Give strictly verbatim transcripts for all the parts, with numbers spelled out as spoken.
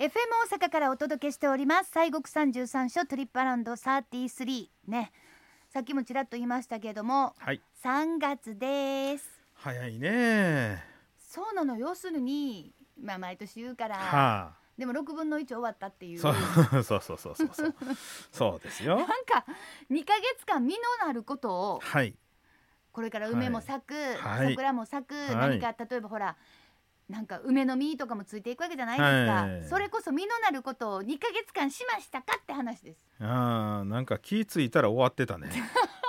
エフエム 大阪からお届けしております西国さんじゅうさん所トリップアラウンドさんじゅうさんね、さっきもちらっと言いましたけれども、 はい、 さんがつです。 早いね。 そうなの、要するに、まあ、毎年言うから、 はあ、 でもろくぶんのいち終わったっていう。 そうそうそうそうそうそうそうですよ。 なんかにかげつかん実のあることを、 はい、 これから梅も咲く、 はい、 桜も咲く、 はい、 何か例えばほらなんか梅の実とかもついていくわけじゃないですか、 はい、 それこそ実のなることをにかげつかんしましたかって話です。 あー、なんか気ついたら終わってたね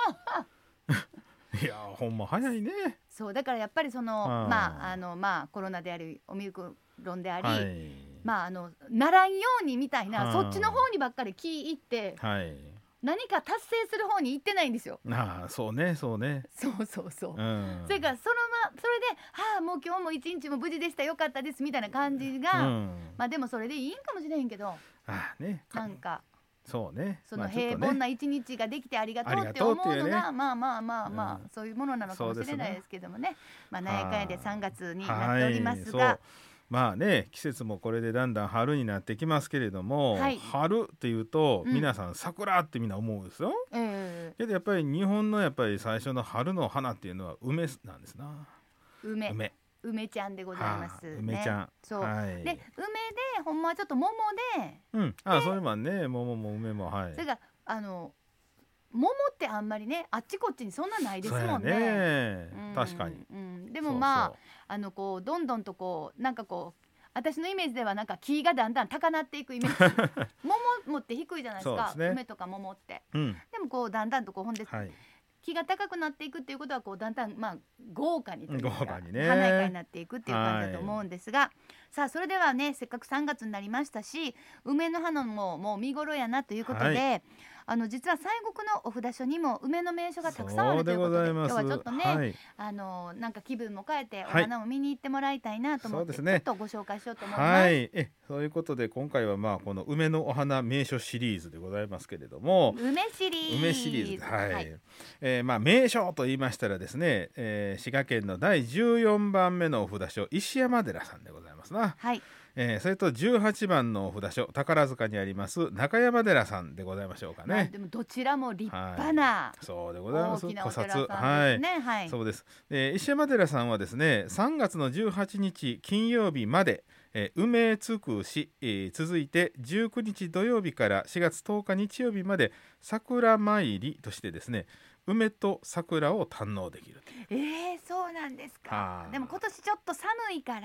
いやほんま早いね。 そうだからやっぱりそのあまああのまあコロナでありオミクロンであり、 はい、 まああのならんようにみたいな、 はあ、 そっちの方にばっかり気いって、 はい、 何か達成する方に行ってないんですよ。 ああそうねそうね、 そうそうそう、 うん、 それからそのまそれではあもう今日も一日も無事でしたよかったですみたいな感じが、 うん、 まあでもそれでいいんかもしれへんけど、 ああね、 なんかそうね、 そのまあちょっとね平凡な一日ができてありがとうってありがとう思うのが、 っていうね、 まあまあまあまあ、 うん、 そういうものなのかもしれないですけどもね、まあなんやかんやでさんがつになはっておりますい、 が、 まあね、季節もこれでだんだん春になってきますけれども、 はい、 春っていうと、 うん、 皆さん桜ってみんな思うんですよ、 えー、 けどやっぱり日本のやっぱり最初の春の花っていうのは梅なんですな。 梅梅梅ちゃんでございますね、 はあ、梅ちゃん、 そう、 はい、 で梅でほんまはちょっと桃で、 うん、あ、そういえばね、桃も梅も、はい、 それがあの桃ってあんまりねあっちこっちにそんなないですもんね。 そうやね、 うん、 確かに、 うん、でもまあそうそう、 あのこうどんどんとこうなんかこう私のイメージではなんか木がだんだん高なっていくイメージ桃もって低いじゃないですか、 そうですね、 梅とか桃って、 うん、 でもこうだんだんとこうほんで、 はい、 木が高くなっていくっていうことはこうだんだんまあ豪華にというか豪華にね、 華やかになっていくっていう感じだと思うんですが、はい、さあそれではねせっかくさんがつになりましたし梅の花ももう見頃やなということで、はい、あの実は西国のお札所にも梅の名所がたくさんあるということで、今日はちょっとね、はい、あのなんか気分も変えてお花も見に行ってもらいたいなと思って、はい、ちょっとご紹介しようと思います。 はい、えそういうことで今回はまあこの梅のお花名所シリーズでございますけれども、 梅シリーズ、 梅シリーズ、はい、はい、えー、まあ名所と言いましたらですね、えー、滋賀県のだいじゅうよんばんめのお札所石山寺さんでございますな。はい、えー、それとじゅうはちばんのお札所宝塚にあります中山寺さんでございましょうかね。まあ、 でもどちらも立派な、はい、 そうでございます。 大きなお寺さんですね。 はい、 はい、 そうです。えー、石山寺さんはですねさんがつのじゅうはちにち金曜日まで、えー、梅つくし、えー、続いてじゅうくにち土曜日からしがつとおか日曜日まで桜参りとしてですね梅と桜を堪能できる。 えー、そうなんですか。でも今年ちょっと寒いから、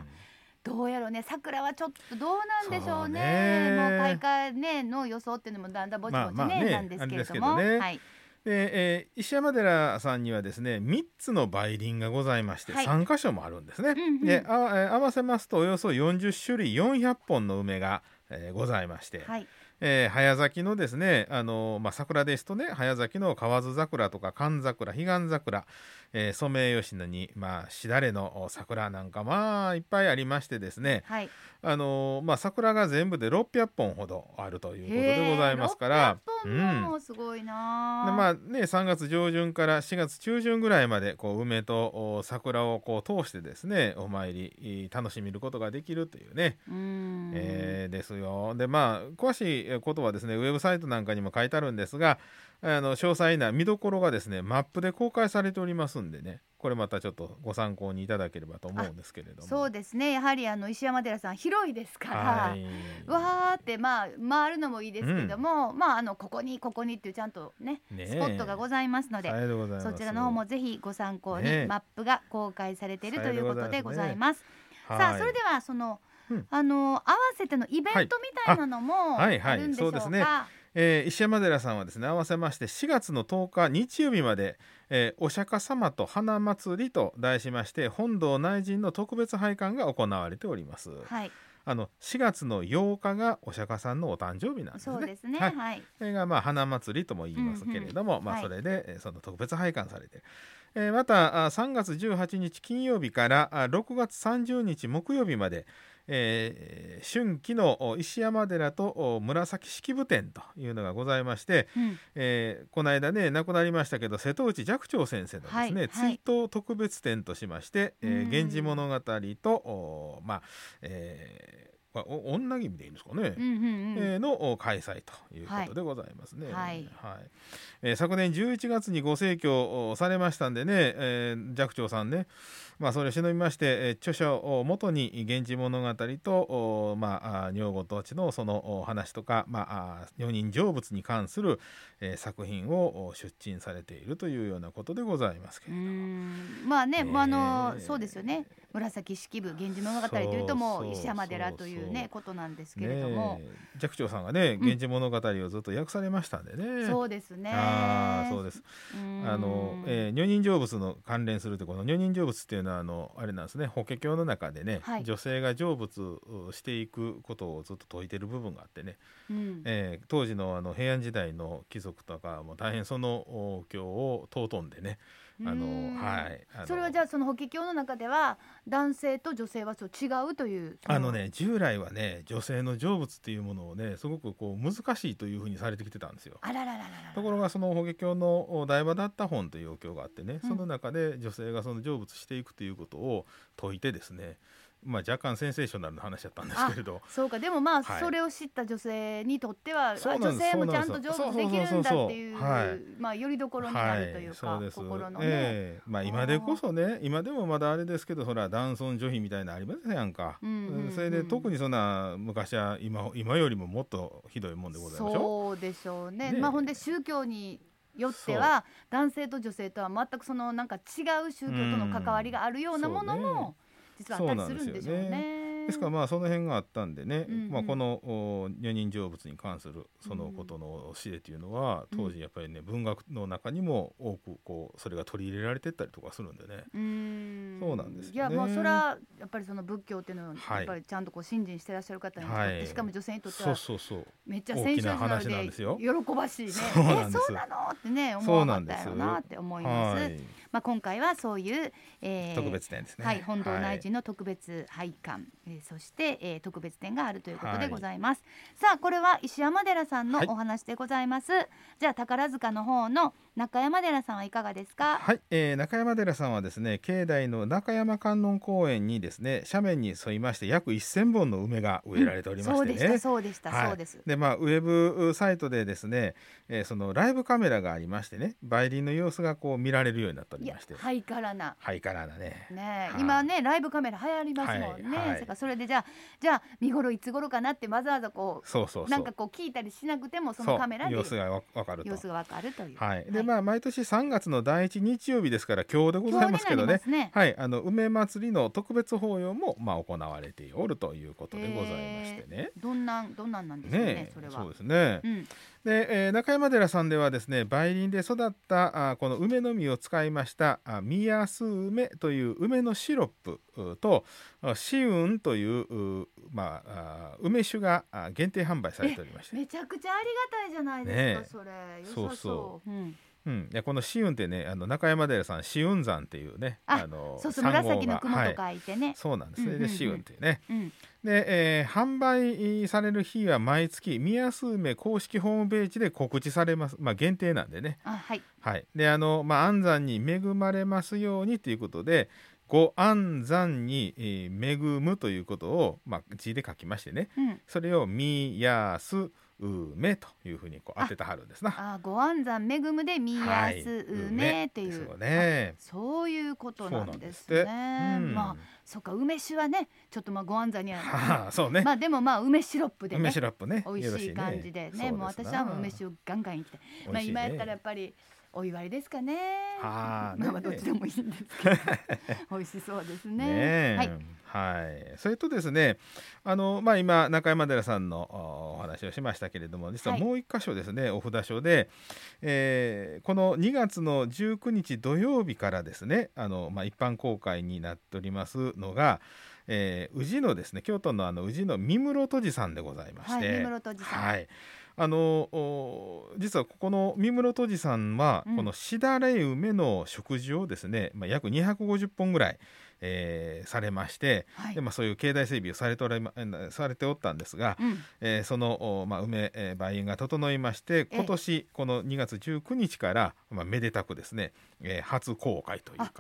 うん、どうやろうね、桜はちょっとどうなんでしょう ね, うねもう開花、ね、の予想っていうのもだんだんぼちぼち、ねまあまあね、なんですけれども、ね、はい、 でえー、石山寺さんにはですねみっつの梅林がございまして、はい、さんかしょもあるんですね、うんうん、であ合わせますとおよそよんじゅっしゅるいよんひゃっぽんの梅が、えー、ございまして、はい、えー、早咲きのですね、あのーまあ、桜ですとね早咲きの河津桜とか寒桜、彼岸桜、えー、ソメイヨシノに、まあ、しだれの桜なんかまあいっぱいありましてですね、はい、あのーまあ、桜が全部でろっぴゃっぽんほどあるということでございますから、 ろっぴゃっぽんもすごいな、 うん、でまあね、さんがつじょうじゅんからしがつちゅうじゅんぐらいまでこう梅と桜をこう通してですねお参り楽しみることができるというね、うん、えー、ですよ。でまあ詳しいことはですねウェブサイトなんかにも書いてあるんですが、あの詳細な見どころがですねマップで公開されておりますんでね、これまたちょっとご参考にいただければと思うんですけれども。 そうですね、やはりあの石山寺さん広いですから、はい、わーってまあ回るのもいいですけども、うん、まああのここにここにっていうちゃんと ね, ねスポットがございますので、そちらの方もぜひご参考に、ね、マップが公開されているということでございます。さあそれではその、うん、あの合わせてのイベントみたいなのもあるんでしょうか。はいはいはい、そうですね、 えー、石山寺さんはですね合わせましてしがつのとおか日曜日まで、えー、お釈迦様と花祭りと題しまして本堂内陣の特別拝観が行われております。はい、あのしがつのようかがお釈迦さんのお誕生日なんですね。 そうですね、 はいはい、 それがまあ花祭りとも言いますけれども、うんうん、まあ、それで、はい、その特別拝観されて、えー、またさんがつじゅうはちにち金曜日からろくがつさんじゅうにち木曜日まで、えー、春季の石山寺と紫式部展というのがございまして、うん、えー、この間ね亡くなりましたけど瀬戸内寂聴先生のですね、はいはい、追悼特別展としまして「えー、源氏物語と」まあえーお女君でいいんですかね、 うんうんうんえー、の開催ということでございますね。 はいはい、えー、昨年じゅういちがつにご逝去されましたんでね、えー、寂聴さんね、まあ、それを忍びまして、えー、著書を元に源氏物語と、まあ、女房とちのその話とか、まあ、女人成仏に関する、えー、作品を出陳されているというようなことでございますけれども、うーんまあね、えー、あのそうですよね、紫式部源氏物語というともう石山寺というねことなんですけれども、 寂聴さんがね源氏物語をずっと訳されましたんでね、 うん、そうですね、 あそうです、あの、えー、女人成仏の関連するところの女人成仏っていうのはあのあれなんですね、法華経の中でね、はい、女性が成仏していくことをずっと説いてる部分があってね、うんえー、当時の、あの平安時代の貴族とかも大変その経を尊んでね、あのはい、あのそれはじゃあその法華経の中では男性と女性はそう違うという、 あのね従来はね女性の成仏っていうものをねすごくこう難しいというふうにされてきてたんですよ。 あららららら。 ところがその法華経の大和だった本というお経があってね、うん、その中で女性がその成仏していくということを説いてですね、まあ、若干センセーショナルな話だったんですけれど、 そうか、でもまあ、はい、それを知った女性にとっては女性もちゃんと成仏できるんだっていう、まあよりどころになるというか、はい、う心のね、 えーまあ、今でこそね今でもまだあれですけど、ほら男尊女卑みたいなのありますやんか、うんうんうん、それで特にそんな昔は 今, 今よりももっとひどいもんでございましょう。 そうでしょう ね, ね、まあ、ほんで宗教によっては男性と女性とは全くそのなんか違う宗教との関わりがあるようなものも実はあったりするんでしょうね。 ですからまあその辺があったんでね、うんうんまあ、この女人成仏に関するそのことの教えというのは、うん、当時やっぱりね文学の中にも多くこうそれが取り入れられてったりとかするんでね、うーんそうなんですよね。 いやもうそれはやっぱりその仏教っていうのをやっぱりちゃんとこう信心してらっしゃる方にとって、はい、しかも女性にとってはめっちゃセンセーショナルで喜ばしいね。 そうなんです。 えそうなのってね思わなかったやろうなって思います。まあ、今回はそういう、えー、 特別展ですね、 はい、本堂内寺の特別拝観、はいえー、そして、えー、特別展があるということでございます、はい、さあこれは石山寺さんのお話でございます、はい、じゃあ宝塚の方の中山寺さんはいかがですか。 はい、えー、中山寺さんはですね境内の中山観音公園にですね斜面に沿いまして約せんぼんの梅が植えられておりましてね、 うん、そうでしたそうでした、はい、そうです。 でまあウェブサイトでですね、えー、そのライブカメラがありましてね梅林の様子がこう見られるようになっておりまして、 ハイカラなハイカラなねね、はい、今ねライブカメラ流行りますもんね、はいはい、それでじゃあじゃあ見頃いつ頃かなってわざわざこうそうそうそうなんかこう聞いたりしなくてもそのカメラで様子がわかると様子がわかるという、 はい、でまあ毎年さんがつのだいいち日曜日ですから今日でございますけど ね, ね、はい、あの梅祭りの特別法要もまあ行われておるということでございましてね。 どんなどんなんなんですか ね, ねそれは。 そうですね、うんでえー、中山寺さんではですね梅林で育ったあこの梅の実を使いましたあみやす梅という梅のシロップと紫雲という、まあ、梅酒が限定販売されておりまして、 めちゃくちゃありがたいじゃないですか、ね、それ良さそう。そうそう、うんうん、いやこの紫雲ってねあの中山寺さん紫雲山っていうねあのそうそう紫の雲と書いてね、はい、 そうなんですね、うんうんうん、で紫雲っていうね、 うん、 で、えー、販売される日は毎月みやす梅公式ホームページで告知されます、まあ、限定なんでね、 あ、はいはい、であの、まあ、安産に恵まれますようにということでご安産に、えー、恵むということを、まあ、字で書きましてね、うん、それをみやす梅というふうにこう当ててはるんですな。 ああご安産恵むでみやす梅っていう、 はいね、 そういうことなんですね。す、うん、まあそうか梅酒はねちょっとまあご安産にははあ、そうね、 まあでもまあ梅シロップでね梅シロップね美味しい感じで ね, ねもう私はもう梅酒をガンガンいきたい、まあ、今やったらやっぱりお祝いですかね。 はあ、 まあまあどっちでもいいんですけど美味しそうですね。 ねはい、 はい、それとですねあの、まあ、今中山寺さんのお話をしましたけれども実はもう一箇所ですね、はい、お札所で、えー、このにがつのじゅうくにち土曜日からですねあの、まあ、一般公開になっておりますのが、えー、宇治のですね京都のあの宇治の三室戸寺さんでございまして、 はい、三室戸寺さん、 はい、あの実はここの三室戸寺さんは、うん、このしだれ梅の植樹をですね、まあ、約にひゃくごじゅっぽんぐらい、えー、されまして、はいでまあ、そういう境内整備をされておらされておったんですが、うんえー、その、まあ、梅、えー、梅園が整いまして今年このにがつじゅうくにちから、まあ、めでたくですね、えー、初公開というか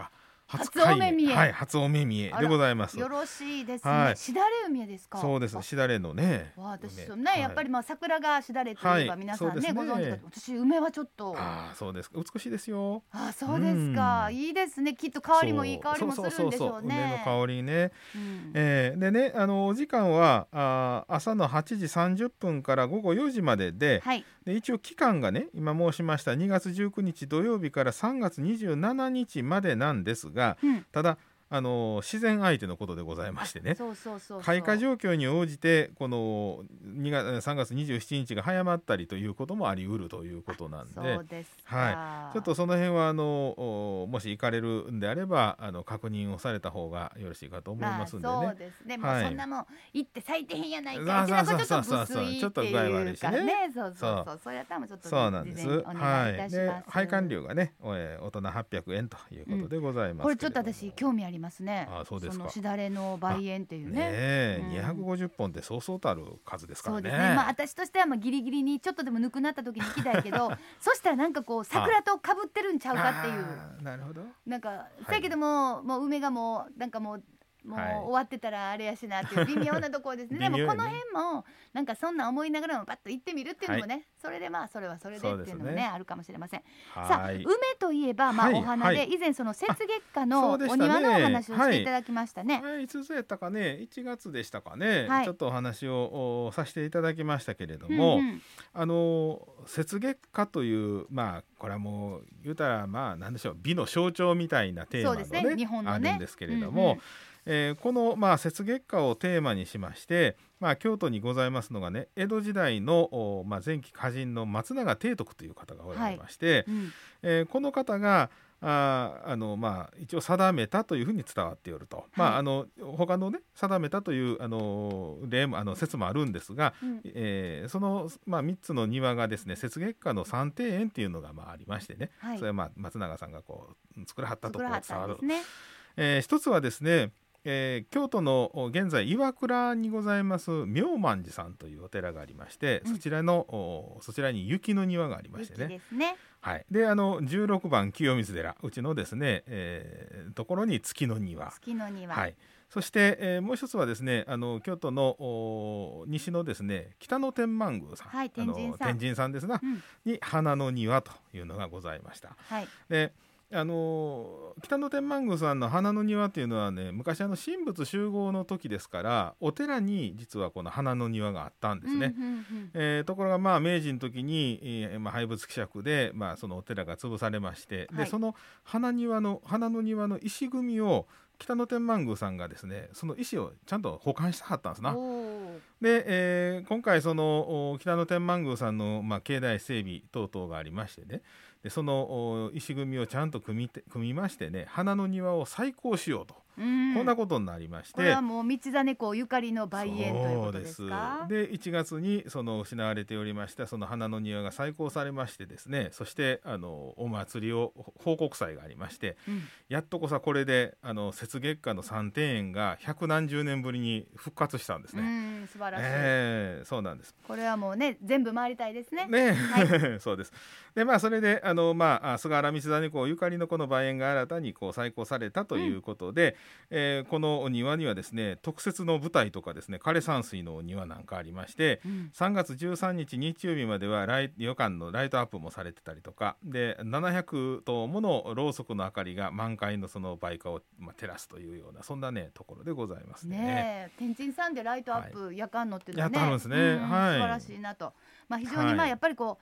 初お目見え、 はい、初お目見えでございます。 よろしいですね、 はい、 しだれ梅ですか。 そうです、しだれのね。 私ね、はい、やっぱりまあ桜がしだれといえば皆さん ね,、はい、ねご存知かと。私梅はちょっと、 ああそうですか、美しいですよ。 あそうですか、いいですね。きっと香りもいい香りもするんでしょうね。そうそうそうそう、 梅の香りね、うん、えー、でね、あのお時間はあ朝のはちじさんじゅっぷんからごごよじまでで、はい、で一応期間がね今申しましたにがつじゅうくにち土曜日からさんがつにじゅうしちにちまでなんですが、うん、ただあの自然相手のことでございましてね、開花状況に応じてこのにがつさんがつにじゅうしちにちが早まったりということもあり得るということなんで、 そうですか、 はい、ちょっとその辺はあのもし行かれるんであればあの確認をされた方がよろしいかと思いますんでね、まあ、 そうですね、はい、もうそんなもん行って咲いてへんやないかってなんかちょっと無粋っていうかね、そうそうそう、それやったらちょっと事前にお願いいたします。 で配管料がね大人はっぴゃくえんということでございますけれども、うん、これちょっと私興味ありますね。 ああそうですか。 そのしだれの梅園っていうね、 ね、うん、にひゃくごじゅっぽんってそうそうたる数ですからね。 そうですね、まあ、私としてはまあギリギリにちょっとでもぬくなった時に行きたいけどそしたらなんかこう桜と被ってるんちゃうかっていう。 なるほど。 なんかだけども、はい、もう梅がもうなんかもうもう終わってたらあれやしなっていう微妙なところですね。でもこの辺もなんかそんな思いながらもパッと行ってみるっていうのもね、はい、それでまあそれはそれでっていうのも ね, ねあるかもしれません。さあ梅といえばまあお花で、はい、以前その雪月花のお庭のお話をしていただきましたね。 はい、いつやったかね、いちがつでしたかね、はい、ちょっとお話をさせていただきましたけれども、うんうん、あの雪月花というまあこれはもう言うたらまあなんでしょう、美の象徴みたいなテーマの ね, そうですね、日本のねあるんですけれども、うんうん、えー、この、まあ、雪月花をテーマにしまして、まあ、京都にございますのがね、江戸時代の、まあ、前期歌人の松永貞徳という方がおられまして、はい、うん、えー、この方がああの、まあ、一応定めたというふうに伝わっておると、はい、まあ、あの他のね定めたというあの例もあの説もあるんですが、うん、えー、その、まあ、みっつの庭がですね雪月花の三庭園っていうのがまあありましてね、はい、それはまあ松永さんがこう作らはったところ伝わる、ね、えー、一つはですね、えー、京都の現在岩倉にございます妙満寺さんというお寺がありまして、うん、そちらのそちらに雪の庭がありましてね、 雪ですね、 はい、であのじゅうろくばん清水寺うちのですね、えー、ところに月の庭、 月の庭、 はい、そして、えー、もう一つはですねあの京都の西のですね北野天満宮さん、 はい、天神さん、 天神さんですな、うん、に花の庭というのがございました、はい、であの北野天満宮さんの花の庭というのはね、昔あの神仏集合の時ですからお寺に実はこの花の庭があったんですね、うんうんうん、えー、ところがまあ明治の時に、えーまあ、廃仏毀釈で、まあ、そのお寺が潰されまして、はい、でその花庭の花の庭の石組みを北野天満宮さんがですねその石をちゃんと保管してはったんですな。で、えー、今回その北野天満宮さんの、まあ、境内整備等々がありましてね、でその石組みをちゃんと組みて組みましてね花の庭を再興しようと、うん、こんなことになりまして、これはもう道真公ゆかりの梅園ということですか。 でいちがつにその失われておりましたその花の庭が再興されましてですね、そしてあのお祭りを報告祭がありまして、うん、やっとこさこれであの雪月花の三庭園が百何十年ぶりに復活したんですね。 うん、素晴らしい、 えー、そうなんです。 これはもうね全部回りたいですね。 ね、はい、そうです。でまあそれであの、まあ、菅原道真公ゆかりのこの梅園が新たにこう再興されたということで、うん、えー、このお庭にはですね特設の舞台とかですね枯山水のお庭なんかありまして、うん、さんがつじゅうさんにち日曜日まではライ旅館のライトアップもされてたりとかでななひゃくとうものろうそくの明かりが満開のその梅花を、まあ、照らすというようなそんなねところでございますね。 ねえ、天神さんでライトアップ、はい、夜間のっていうのはねやってあるんですね、うん、はい、 素晴らしいなと、まあ、非常にまあやっぱりこう、はい、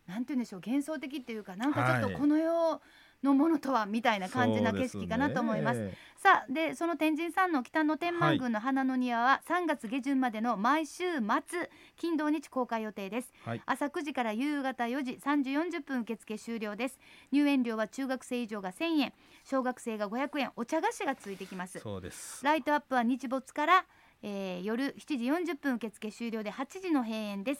なんて言うんでしょう、幻想的っていうかなんかちょっとこの世のものとはみたいな感じな景色かなと思います。さあでその天神さんの北野天満宮の花の庭はさんがつげじゅんまでの毎週末金土日公開予定です、はい、朝くじから夕方よじさんじよんじゅっぷん受付終了です。入園料は中学生以上がせんえん、小学生がごひゃくえん、お茶菓子がついてきます。 そうです。 ライトアップは日没からえー、夜しちじよんじゅっぷん受付終了ではちじの閉園です。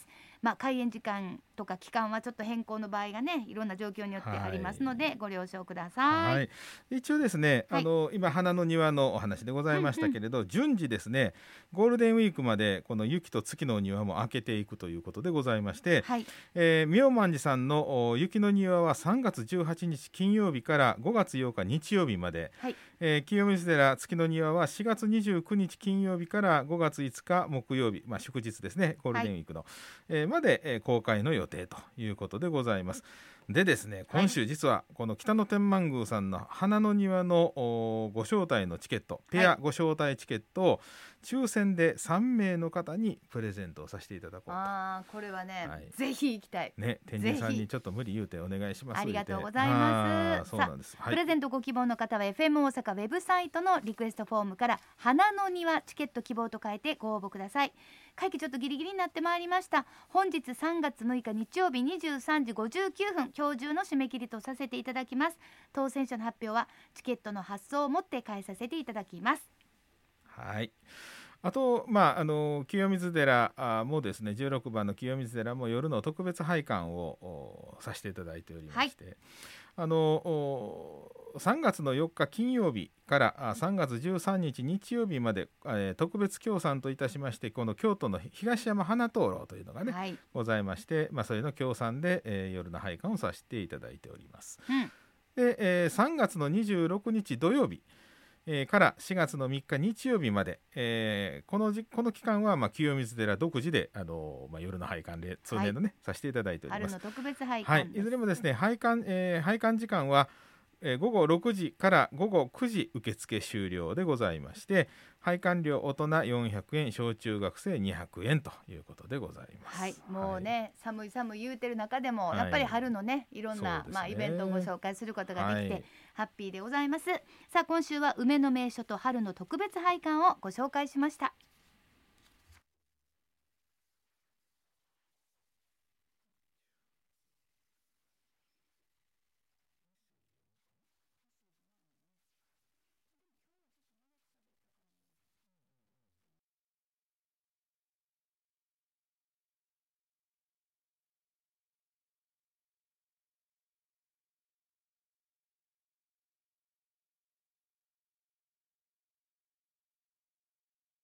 まあ、開園時間とか期間はちょっと変更の場合がねいろんな状況によってありますので、はい、ご了承ください。はい、 一応ですね、はい、あの今花の庭のお話でございましたけれど、うんうん、順次ですねゴールデンウィークまでこの雪と月の庭も開けていくということでございまして、はい、えー、妙満寺さんの雪の庭はさんがつじゅうはちにち金曜日からごがつようか日曜日まで、はい、えー、清水寺月の庭はしがつにじゅうくにち金曜日からごがついつか木曜日、まあ、祝日ですねゴールデンウィークの、はい、えー、まで、えー、公開の予定ということでございます。でですね、今週実はこの北野天満宮さんの花の庭のご招待のチケット、ペアご招待チケットを抽選でさんめいの方にプレゼントをさせていただこうと。 あー、これはね、はい、ぜひ行きたいね、天神さんにちょっと無理言うてお願いします。 ありがとうございます。 そうなんです、はい、 プレゼントご希望の方は エフエム 大阪ウェブサイトのリクエストフォームから花の庭チケット希望と書いてご応募ください。会期ちょっとギリギリになってまいりました。本日さんがつむいか日曜日にじゅうさんじごじゅうきゅうふん今日中の締め切りとさせていただきます。当選者の発表はチケットの発送をもって返させていただきます。 はい、あと、まあ、あの清水寺もですねじゅうろくばんの清水寺も夜の特別拝観をさせていただいておりまして、はい、あのさんがつのよっか金曜日からさんがつじゅうさんにち日曜日まで、えー、特別協賛といたしましてこの京都の東山花灯籠というのがね、はい、ございまして、まあ、それの協賛で、えー、夜の拝観をさせていただいております、うん、で、えー、さんがつのにじゅうろくにち土曜日えー、からしがつのみっか日曜日まで、えー、このじこの期間は、まあ、清水寺独自で、あのーまあ、夜の拝観で通年のね、はい、させていただいております。 春の特別拝観です。 はい、いずれもですね拝観、えー、拝観時間は、えー、ごごろくじからごごくじ受付終了でございまして拝観料大人よんひゃくえん小中学生にひゃくえんということでございます。 はい、もうね、はい、寒い寒い言うてる中でも、はい、やっぱり春のねいろんな、ね、まあ、イベントをご紹介することができて、はい、ハッピーでございます。さあ今週は梅の名所と春の特別拝観をご紹介しました。